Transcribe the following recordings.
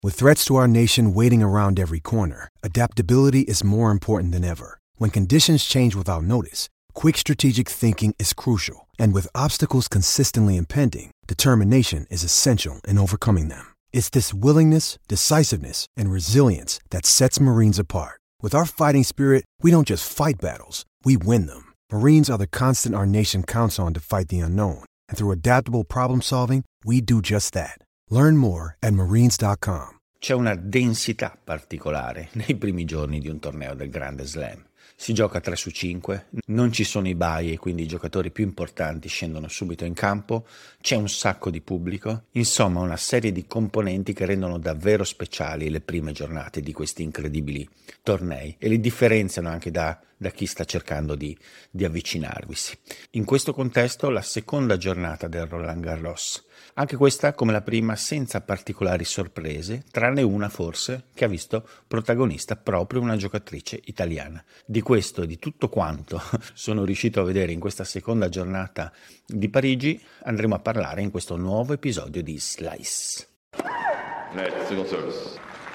With threats to our nation waiting around every corner, adaptability is more important than ever. When conditions change without notice, quick strategic thinking is crucial. And with obstacles consistently impending, determination is essential in overcoming them. It's this willingness, decisiveness, and resilience that sets Marines apart. With our fighting spirit, we don't just fight battles, we win them. Marines are the constant our nation counts on to fight the unknown. And through adaptable problem solving, we do just that. Learn more at marines.com. C'è una densità particolare nei primi giorni di un torneo del Grande Slam. Si gioca 3 su 5, non ci sono i bye e quindi i giocatori più importanti scendono subito in campo, c'è un sacco di pubblico, insomma una serie di componenti che rendono davvero speciali le prime giornate di questi incredibili tornei e li differenziano anche da chi sta cercando di avvicinarvisi. In questo contesto la seconda giornata del Roland Garros, anche questa come la prima senza particolari sorprese, tranne una forse che ha visto protagonista proprio una giocatrice italiana. Di questo e di tutto quanto sono riuscito a vedere in questa seconda giornata di Parigi andremo a parlare in questo nuovo episodio di Slice. Next single service.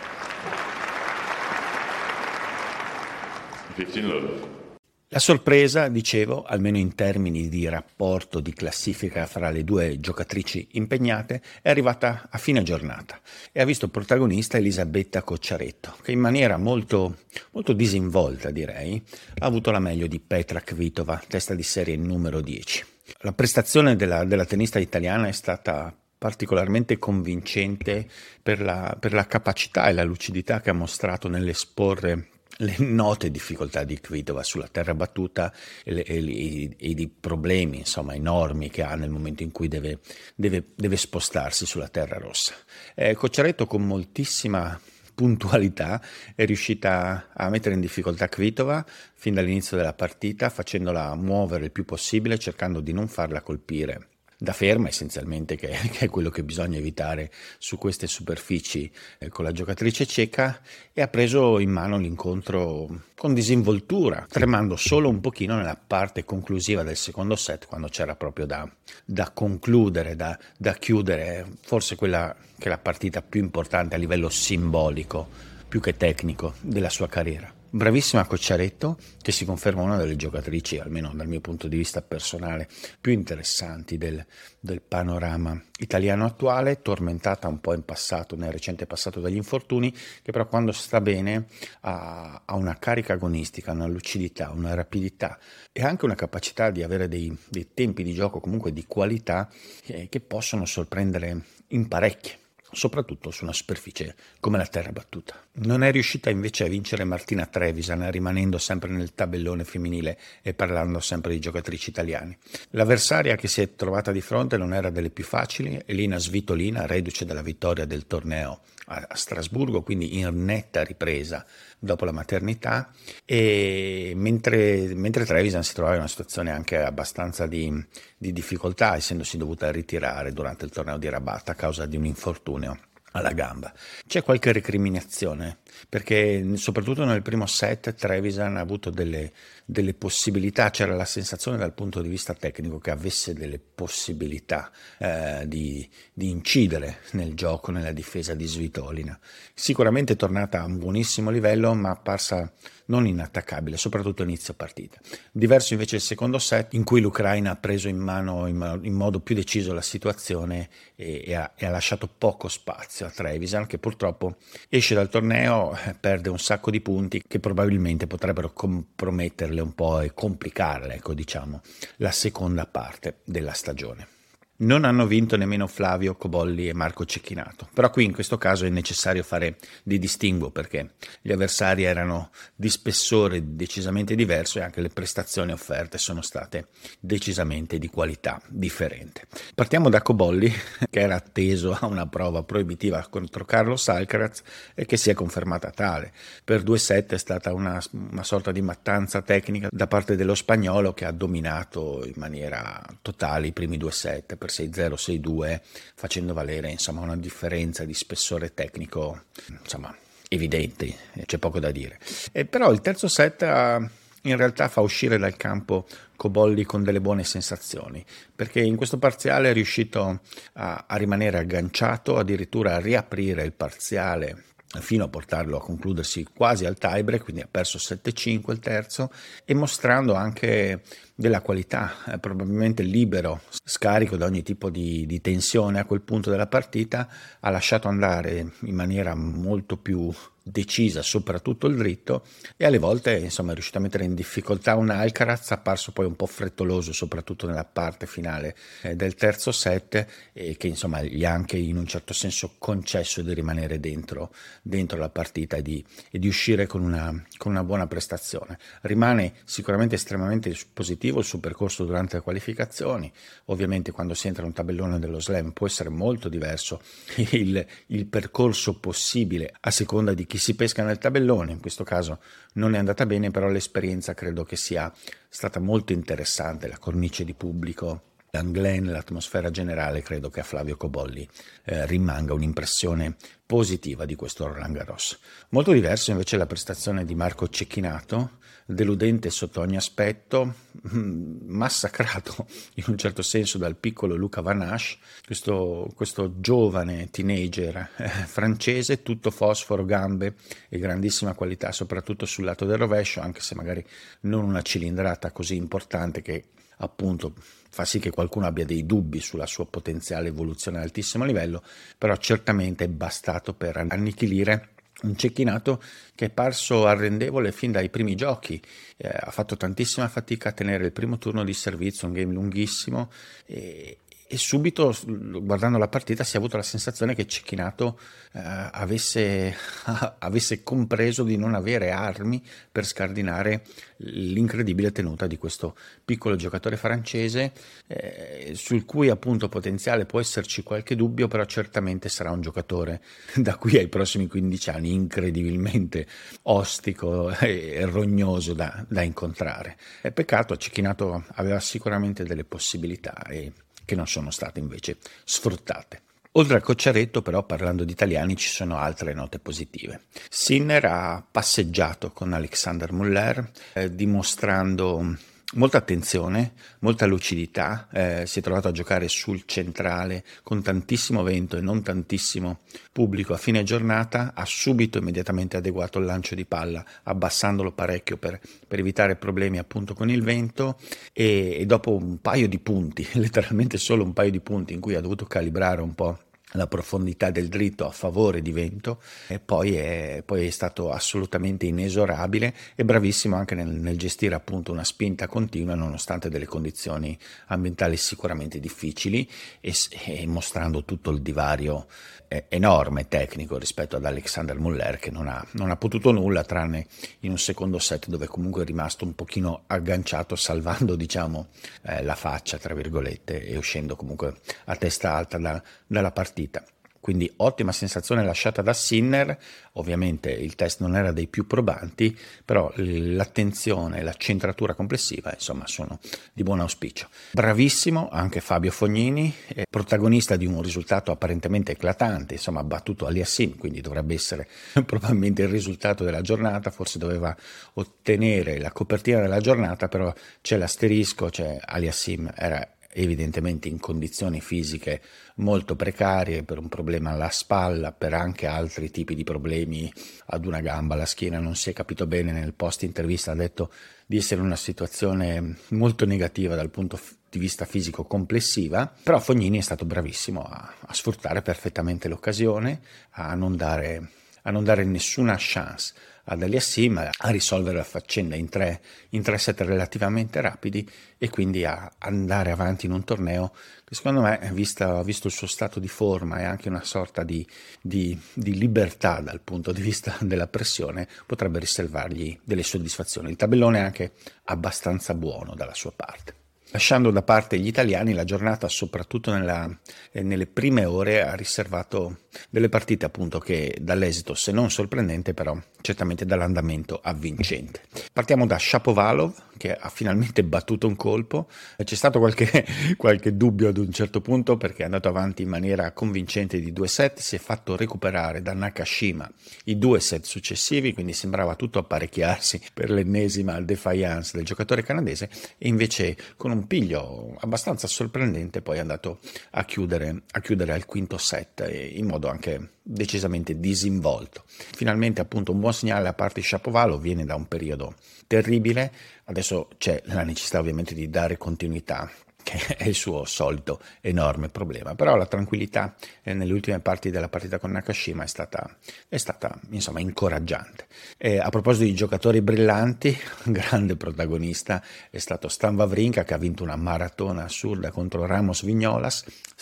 15 love. La sorpresa, dicevo, almeno in termini di rapporto di classifica fra le due giocatrici impegnate, è arrivata a fine giornata e ha visto protagonista Elisabetta Cocciaretto, che in maniera molto, molto disinvolta, direi, ha avuto la meglio di Petra Kvitova, testa di serie numero 10. La prestazione della tennista italiana è stata particolarmente convincente per la capacità e la lucidità che ha mostrato nell'esporre le note difficoltà di Kvitova sulla terra battuta e i problemi insomma enormi che ha nel momento in cui deve spostarsi sulla terra rossa. Cocciaretto con moltissima puntualità è riuscita a mettere in difficoltà Kvitova fin dall'inizio della partita, facendola muovere il più possibile, cercando di non farla colpire da ferma essenzialmente, che è quello che bisogna evitare su queste superfici con la giocatrice ceca, e ha preso in mano l'incontro con disinvoltura, tremando solo un pochino nella parte conclusiva del secondo set, quando c'era proprio da concludere, da chiudere forse quella che è la partita più importante a livello simbolico più che tecnico della sua carriera. Bravissima Cocciaretto, che si conferma una delle giocatrici, almeno dal mio punto di vista personale, più interessanti del panorama italiano attuale, tormentata un po' in passato, nel recente passato dagli infortuni, che però quando sta bene ha una carica agonistica, una lucidità, una rapidità e anche una capacità di avere dei tempi di gioco comunque di qualità che possono sorprendere in parecchie, soprattutto su una superficie come la terra battuta. Non è riuscita invece a vincere Martina Trevisan, rimanendo sempre nel tabellone femminile e parlando sempre di giocatrici italiane. L'avversaria che si è trovata di fronte non era delle più facili, Elina Svitolina, reduce dalla vittoria del torneo a Strasburgo, quindi in netta ripresa dopo la maternità, e mentre Trevisan si trovava in una situazione anche abbastanza di difficoltà, essendosi dovuta ritirare durante il torneo di Rabat a causa di un infortunio alla gamba. C'è qualche recriminazione perché soprattutto nel primo set Trevisan ha avuto delle possibilità, c'era la sensazione dal punto di vista tecnico che avesse delle possibilità di incidere nel gioco, nella difesa di Svitolina. Sicuramente è tornata a un buonissimo livello, ma apparsa non inattaccabile, soprattutto inizio partita. Diverso invece il secondo set, in cui l'Ucraina ha preso in mano in modo più deciso la situazione e ha lasciato poco spazio a Trevisan, che purtroppo esce dal torneo, perde un sacco di punti che probabilmente potrebbero comprometterle un po' e complicarle, ecco, diciamo, la seconda parte della stagione. Non hanno vinto nemmeno Flavio Cobolli e Marco Cecchinato, però qui in questo caso è necessario fare di distinguo perché gli avversari erano di spessore decisamente diverso e anche le prestazioni offerte sono state decisamente di qualità differente. Partiamo da Cobolli, che era atteso a una prova proibitiva contro Carlos Alcaraz e che si è confermata tale. Per 2 set è stata una sorta di mattanza tecnica da parte dello spagnolo, che ha dominato in maniera totale i primi 2 set per 6-0, 6-2, facendo valere insomma una differenza di spessore tecnico insomma evidente, c'è poco da dire. Però il terzo set ha in realtà fa uscire dal campo Cobolli con delle buone sensazioni, perché in questo parziale è riuscito a rimanere agganciato, addirittura a riaprire il parziale fino a portarlo a concludersi quasi al tiebreak, quindi ha perso 7-5 il terzo, e mostrando anche della qualità, probabilmente libero, scarico da ogni tipo di tensione a quel punto della partita, ha lasciato andare in maniera molto più decisa soprattutto il dritto, e alle volte insomma è riuscito a mettere in difficoltà un Alcaraz apparso poi un po' frettoloso soprattutto nella parte finale del terzo set, e che insomma gli ha anche in un certo senso concesso di rimanere dentro la partita e di uscire con una buona prestazione. Rimane sicuramente estremamente positivo il suo percorso durante le qualificazioni. Ovviamente quando si entra in un tabellone dello slam può essere molto diverso il percorso possibile a seconda di chi si pesca nel tabellone. In questo caso non è andata bene, però l'esperienza credo che sia stata molto interessante, la cornice di pubblico, Glen, l'atmosfera generale, credo che a Flavio Cobolli rimanga un'impressione positiva di questo Roland Garros. Molto diverso invece la prestazione di Marco Cecchinato, deludente sotto ogni aspetto, massacrato in un certo senso dal piccolo Luca Van Assche, questo giovane teenager francese, tutto fosforo, gambe e grandissima qualità soprattutto sul lato del rovescio, anche se magari non una cilindrata così importante che appunto fa sì che qualcuno abbia dei dubbi sulla sua potenziale evoluzione ad altissimo livello, però certamente è bastato per annichilire un Cecchinato che è parso arrendevole fin dai primi giochi. Ha fatto tantissima fatica a tenere il primo turno di servizio, un game lunghissimo, e subito guardando la partita si è avuto la sensazione che Cecchinato avesse compreso di non avere armi per scardinare l'incredibile tenuta di questo piccolo giocatore francese, sul cui appunto potenziale può esserci qualche dubbio, però certamente sarà un giocatore da qui ai prossimi 15 anni incredibilmente ostico e rognoso da incontrare. È peccato, Cecchinato aveva sicuramente delle possibilità che non sono state invece sfruttate. Oltre al Cocciaretto, però, parlando di italiani, ci sono altre note positive. Sinner ha passeggiato con Alexander Muller, dimostrando molta attenzione, molta lucidità, si è trovato a giocare sul centrale con tantissimo vento e non tantissimo pubblico a fine giornata, ha subito immediatamente adeguato il lancio di palla abbassandolo parecchio per evitare problemi appunto con il vento, e dopo un paio di punti, letteralmente solo un paio di punti in cui ha dovuto calibrare un po' la profondità del dritto a favore di vento, e poi è stato assolutamente inesorabile e bravissimo anche nel gestire appunto una spinta continua nonostante delle condizioni ambientali sicuramente difficili, e mostrando tutto il divario enorme tecnico rispetto ad Alexander Muller, che non ha potuto nulla tranne in un secondo set dove comunque è rimasto un pochino agganciato, salvando diciamo la faccia tra virgolette e uscendo comunque a testa alta dalla partita. Quindi ottima sensazione lasciata da Sinner. Ovviamente il test non era dei più probanti, però l'attenzione e la centratura complessiva insomma sono di buon auspicio. Bravissimo anche Fabio Fognini, protagonista di un risultato apparentemente eclatante, insomma ha battuto Aliassim, quindi dovrebbe essere probabilmente il risultato della giornata, forse doveva ottenere la copertina della giornata, però c'è l'asterisco, Aliassim era evidentemente in condizioni fisiche molto precarie per un problema alla spalla, per anche altri tipi di problemi ad una gamba, alla schiena. Non si è capito bene, nel post intervista ha detto di essere in una situazione molto negativa dal punto di vista fisico complessiva, però Fognini è stato bravissimo a sfruttare perfettamente l'occasione, a non dare nessuna chance ad Aliassim, a risolvere la faccenda in tre set relativamente rapidi, e quindi a andare avanti in un torneo che secondo me, visto il suo stato di forma e anche una sorta di libertà dal punto di vista della pressione, potrebbe riservargli delle soddisfazioni. Il tabellone è anche abbastanza buono dalla sua parte. Lasciando da parte gli italiani, la giornata, soprattutto nelle prime ore, ha riservato delle partite appunto che dall'esito, se non sorprendente, però certamente dall'andamento avvincente. Partiamo da Shapovalov, che ha finalmente battuto un colpo. C'è stato qualche dubbio ad un certo punto perché è andato avanti in maniera convincente di 2 set, si è fatto recuperare da Nakashima i 2 set successivi, quindi sembrava tutto apparecchiarsi per l'ennesima defiance del giocatore canadese, e invece con un piglio abbastanza sorprendente poi è andato a chiudere al quinto set in modo anche decisamente disinvolto. Finalmente appunto un buon segnale da parte di Shapovalov, viene da un periodo terribile, adesso c'è la necessità ovviamente di dare continuità, che è il suo solito enorme problema, però la tranquillità nelle ultime parti della partita con Nakashima è stata insomma incoraggiante. A proposito di giocatori brillanti, un grande protagonista è stato Stan Wawrinka, che ha vinto una maratona assurda contro Ramos Vignolas,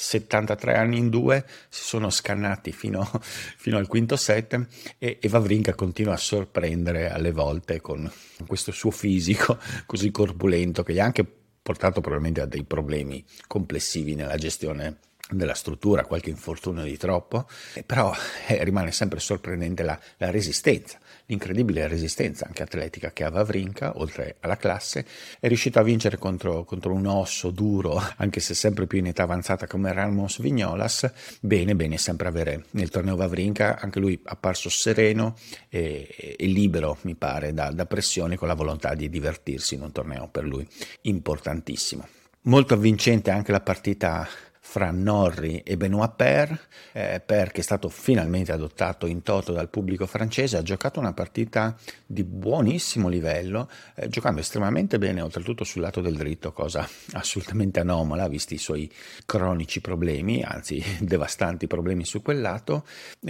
73 anni in 2, si sono scannati fino al quinto set e Wawrinka continua a sorprendere alle volte con questo suo fisico così corpulento, che gli ha anche portato probabilmente a dei problemi complessivi nella gestione della struttura, qualche infortunio di troppo, però rimane sempre sorprendente la resistenza, l'incredibile resistenza anche atletica che ha Wawrinka, oltre alla classe. È riuscito a vincere contro un osso duro, anche se sempre più in età avanzata, come Ramos Vignolas. Bene sempre avere nel torneo Wawrinka, anche lui apparso sereno e libero, mi pare, da pressioni, con la volontà di divertirsi in un torneo per lui importantissimo. Molto avvincente anche la partita fra Norrie e Benoit Paire, che è stato finalmente adottato in toto dal pubblico francese. Ha giocato una partita di buonissimo livello, giocando estremamente bene, oltretutto sul lato del dritto, cosa assolutamente anomala visti i suoi cronici problemi, anzi devastanti problemi su quel lato.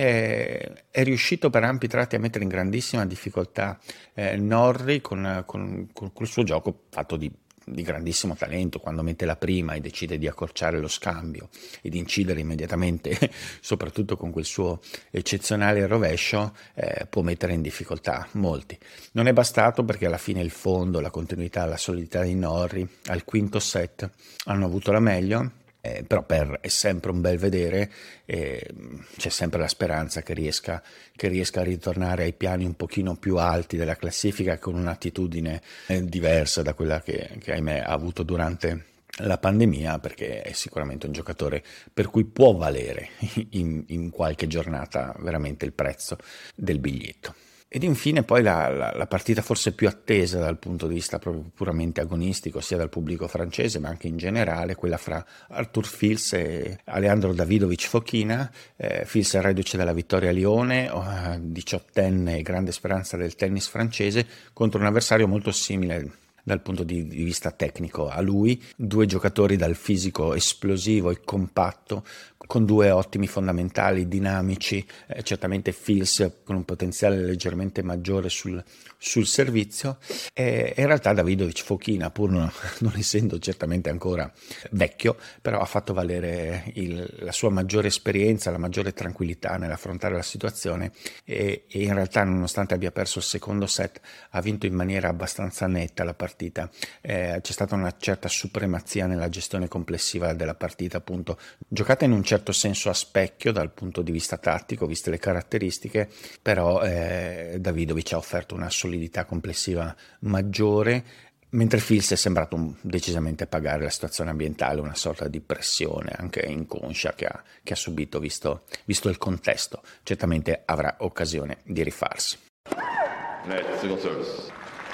È riuscito per ampi tratti a mettere in grandissima difficoltà Norrie con il suo gioco fatto di grandissimo talento. Quando mette la prima e decide di accorciare lo scambio e di incidere immediatamente, soprattutto con quel suo eccezionale rovescio, può mettere in difficoltà molti. Non è bastato, perché alla fine il fondo, la continuità, la solidità di Norrie al quinto set hanno avuto la meglio. Però è sempre un bel vedere, c'è sempre la speranza che riesca a ritornare ai piani un pochino più alti della classifica, con un'attitudine diversa da quella che ahimè ha avuto durante la pandemia, perché è sicuramente un giocatore per cui può valere in qualche giornata veramente il prezzo del biglietto. Ed infine poi la partita forse più attesa dal punto di vista proprio puramente agonistico, sia dal pubblico francese ma anche in generale, quella fra Arthur Fils e Aleandro Davidovich Fokina. Fils è reduce dalla vittoria a Lione, 18enne e grande speranza del tennis francese, contro un avversario molto simile dal punto di vista tecnico a lui, 2 giocatori dal fisico esplosivo e compatto, con 2 ottimi fondamentali dinamici, certamente Fils con un potenziale leggermente maggiore sul servizio, e in realtà Davidovich Fokina, pur non essendo certamente ancora vecchio, però ha fatto valere la sua maggiore esperienza, la maggiore tranquillità nell'affrontare la situazione, e in realtà, nonostante abbia perso il secondo set, ha vinto in maniera abbastanza netta la partita. C'è stata una certa supremazia nella gestione complessiva della partita, appunto giocata in un certo senso a specchio dal punto di vista tattico, viste le caratteristiche, però Davidovich ha offerto una solidità complessiva maggiore, mentre Fils è sembrato decisamente pagare la situazione ambientale, una sorta di pressione anche inconscia che ha subito, visto il contesto. Certamente avrà occasione di rifarsi. Net, second service.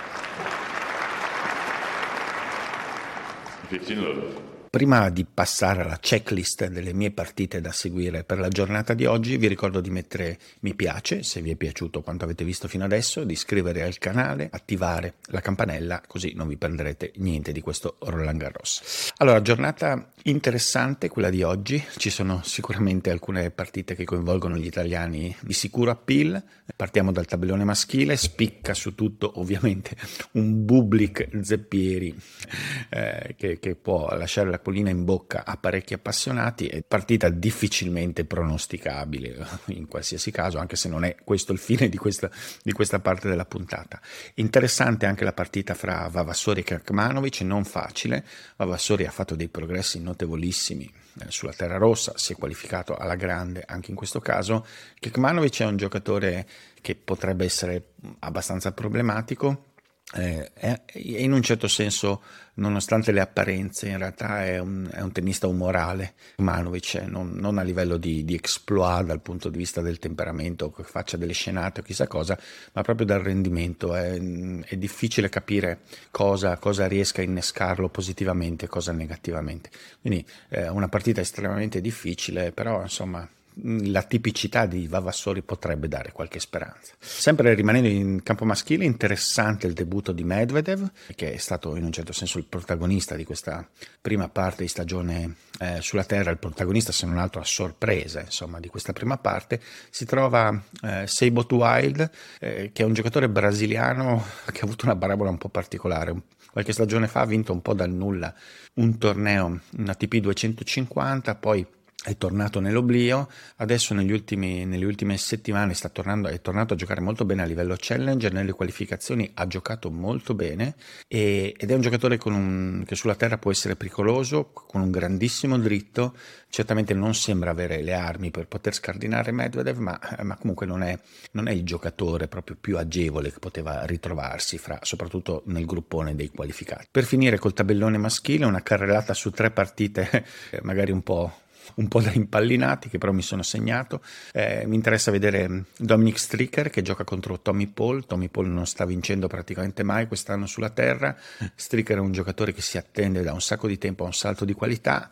15-love. Prima di passare alla checklist delle mie partite da seguire per la giornata di oggi, vi ricordo di mettere mi piace se vi è piaciuto quanto avete visto fino adesso, di iscrivervi al canale, attivare la campanella, così non vi perderete niente di questo Roland Garros. Allora, giornata interessante quella di oggi, ci sono sicuramente alcune partite che coinvolgono gli italiani di sicuro appeal. Partiamo dal tabellone maschile, spicca su tutto ovviamente un Bublik Zeppieri che può lasciare la collina in bocca a parecchi appassionati. È partita difficilmente pronosticabile in qualsiasi caso, anche se non è questo il fine di questa parte della puntata. Interessante anche la partita fra Vavassori e Kekmanovic, non facile. Vavassori ha fatto dei progressi notevolissimi sulla terra rossa, si è qualificato alla grande anche in questo caso. Kekmanovic è un giocatore che potrebbe essere abbastanza problematico. in un certo senso, nonostante le apparenze, in realtà è un tennista umorale. Ivanovic, non a livello di exploit dal punto di vista del temperamento, che faccia delle scenate o chissà cosa, ma proprio dal rendimento. È difficile capire cosa riesca a innescarlo positivamente e cosa negativamente. Quindi una partita estremamente difficile, però insomma la tipicità di Vavassori potrebbe dare qualche speranza. Sempre rimanendo in campo maschile, interessante il debutto di Medvedev, che è stato in un certo senso il protagonista di questa prima parte di stagione sulla terra, il protagonista se non altro a sorpresa insomma di questa prima parte. Si trova Seibold Wild, che è un giocatore brasiliano che ha avuto una parabola un po' particolare. Qualche stagione fa ha vinto un po' dal nulla un torneo, un ATP 250, poi è tornato nell'oblio. Adesso nelle ultime settimane è tornato a giocare molto bene a livello challenger, nelle qualificazioni ha giocato molto bene ed è un giocatore che sulla terra può essere pericoloso, con un grandissimo dritto. Certamente non sembra avere le armi per poter scardinare Medvedev, ma comunque non è il giocatore proprio più agevole che poteva ritrovarsi soprattutto nel gruppone dei qualificati. Per finire col tabellone maschile, una carrellata su 3 partite magari un po' da impallinati, che però mi sono segnato. Mi interessa vedere Dominic Stricker che gioca contro Tommy Paul. Tommy Paul non sta vincendo praticamente mai quest'anno sulla terra. Stricker è un giocatore che si attende da un sacco di tempo a un salto di qualità,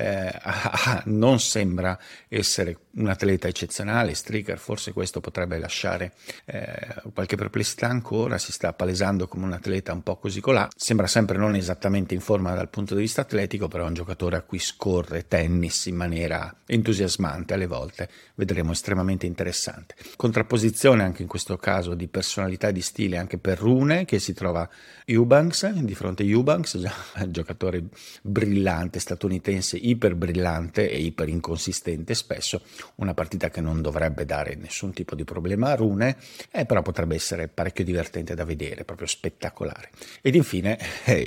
non sembra essere un atleta eccezionale. Stricker forse questo potrebbe lasciare qualche perplessità ancora, si sta palesando come un atleta un po' così colà, sembra sempre non esattamente in forma dal punto di vista atletico, però è un giocatore a cui scorre tennis in maniera entusiasmante alle volte, vedremo, estremamente interessante. Contrapposizione anche in questo caso di personalità e di stile anche per Rune, che si trova Eubanks, di fronte a Eubanks, un giocatore brillante statunitense, iper brillante e iper inconsistente spesso, una partita che non dovrebbe dare nessun tipo di problema a Rune, però potrebbe essere parecchio divertente da vedere, proprio spettacolare. Ed infine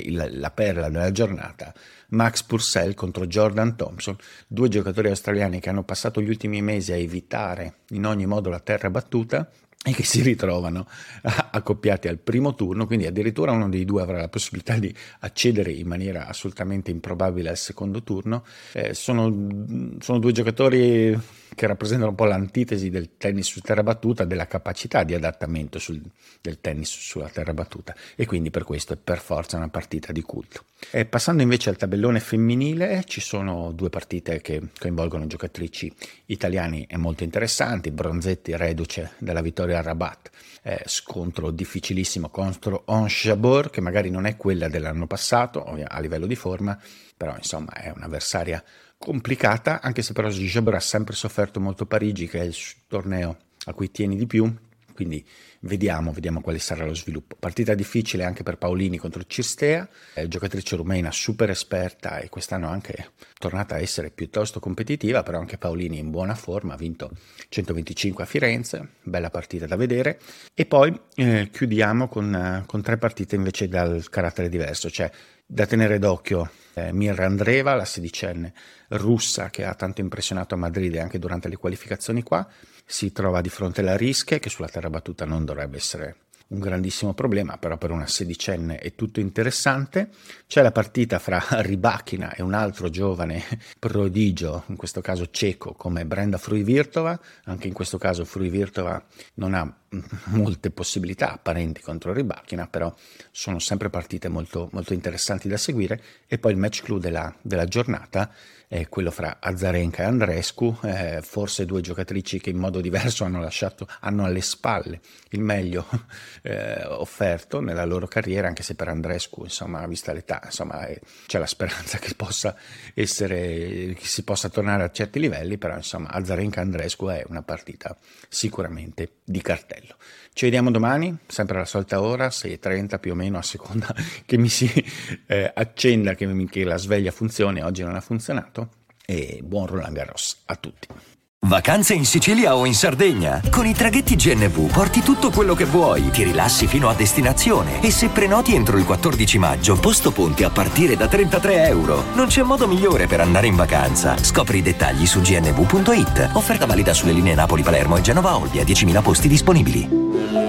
la perla della giornata, Max Purcell contro Jordan Thompson, 2 giocatori australiani che hanno passato gli ultimi mesi a evitare in ogni modo la terra battuta e che si ritrovano accoppiati al primo turno, quindi addirittura uno dei 2 avrà la possibilità di accedere in maniera assolutamente improbabile al secondo turno. Sono 2 giocatori che rappresentano un po' l'antitesi del tennis su terra battuta, della capacità di adattamento del tennis sulla terra battuta, e quindi per questo è per forza una partita di culto. Passando invece al tabellone femminile, ci sono 2 partite che coinvolgono giocatrici italiane e molto interessanti. Bronzetti reduce dalla vittoria a Rabat, scontro difficilissimo contro Ons Jabeur, che magari non è quella dell'anno passato a livello di forma, però insomma è un'avversaria complicata, anche se però Jabeur ha sempre sofferto molto Parigi, che è il torneo a cui tieni di più, quindi vediamo quale sarà lo sviluppo. Partita difficile anche per Paolini contro Cirstea, giocatrice rumena super esperta e quest'anno anche tornata a essere piuttosto competitiva, però anche Paolini in buona forma, ha vinto 125 a Firenze, bella partita da vedere. E poi chiudiamo con 3 partite invece dal carattere diverso, cioè da tenere d'occhio Mirra Andreeva, la 16enne russa che ha tanto impressionato a Madrid e anche durante le qualificazioni qua. Si trova di fronte alla Riske, che sulla terra battuta non dovrebbe essere un grandissimo problema, però per una 16enne è tutto interessante. C'è la partita fra Rybakina e un altro giovane prodigio, in questo caso ceco, come Brenda Fruhvirtova. Anche in questo caso Fruhvirtova non ha molte possibilità apparenti contro Rybakina, però sono sempre partite molto, molto interessanti da seguire. E poi il match clou della giornata è quello fra Azarenka e Andreescu, forse 2 giocatrici che in modo diverso hanno alle spalle il meglio offerto nella loro carriera, anche se per Andreescu, insomma, vista l'età, insomma, c'è la speranza che si possa tornare a certi livelli, però insomma Azarenka e Andreescu è una partita sicuramente di cartello. Ci vediamo domani, sempre alla solita ora, 6:30 più o meno, a seconda che mi si accenda, che la sveglia funzioni. Oggi non ha funzionato. E buon Roland Garros a tutti. Vacanze in Sicilia o in Sardegna? Con i traghetti GNV porti tutto quello che vuoi, ti rilassi fino a destinazione e se prenoti entro il 14 maggio, posto ponti a partire da €33. Non c'è modo migliore per andare in vacanza. Scopri i dettagli su gnv.it. Offerta valida sulle linee Napoli-Palermo e Genova-Olbia, 10.000 posti disponibili.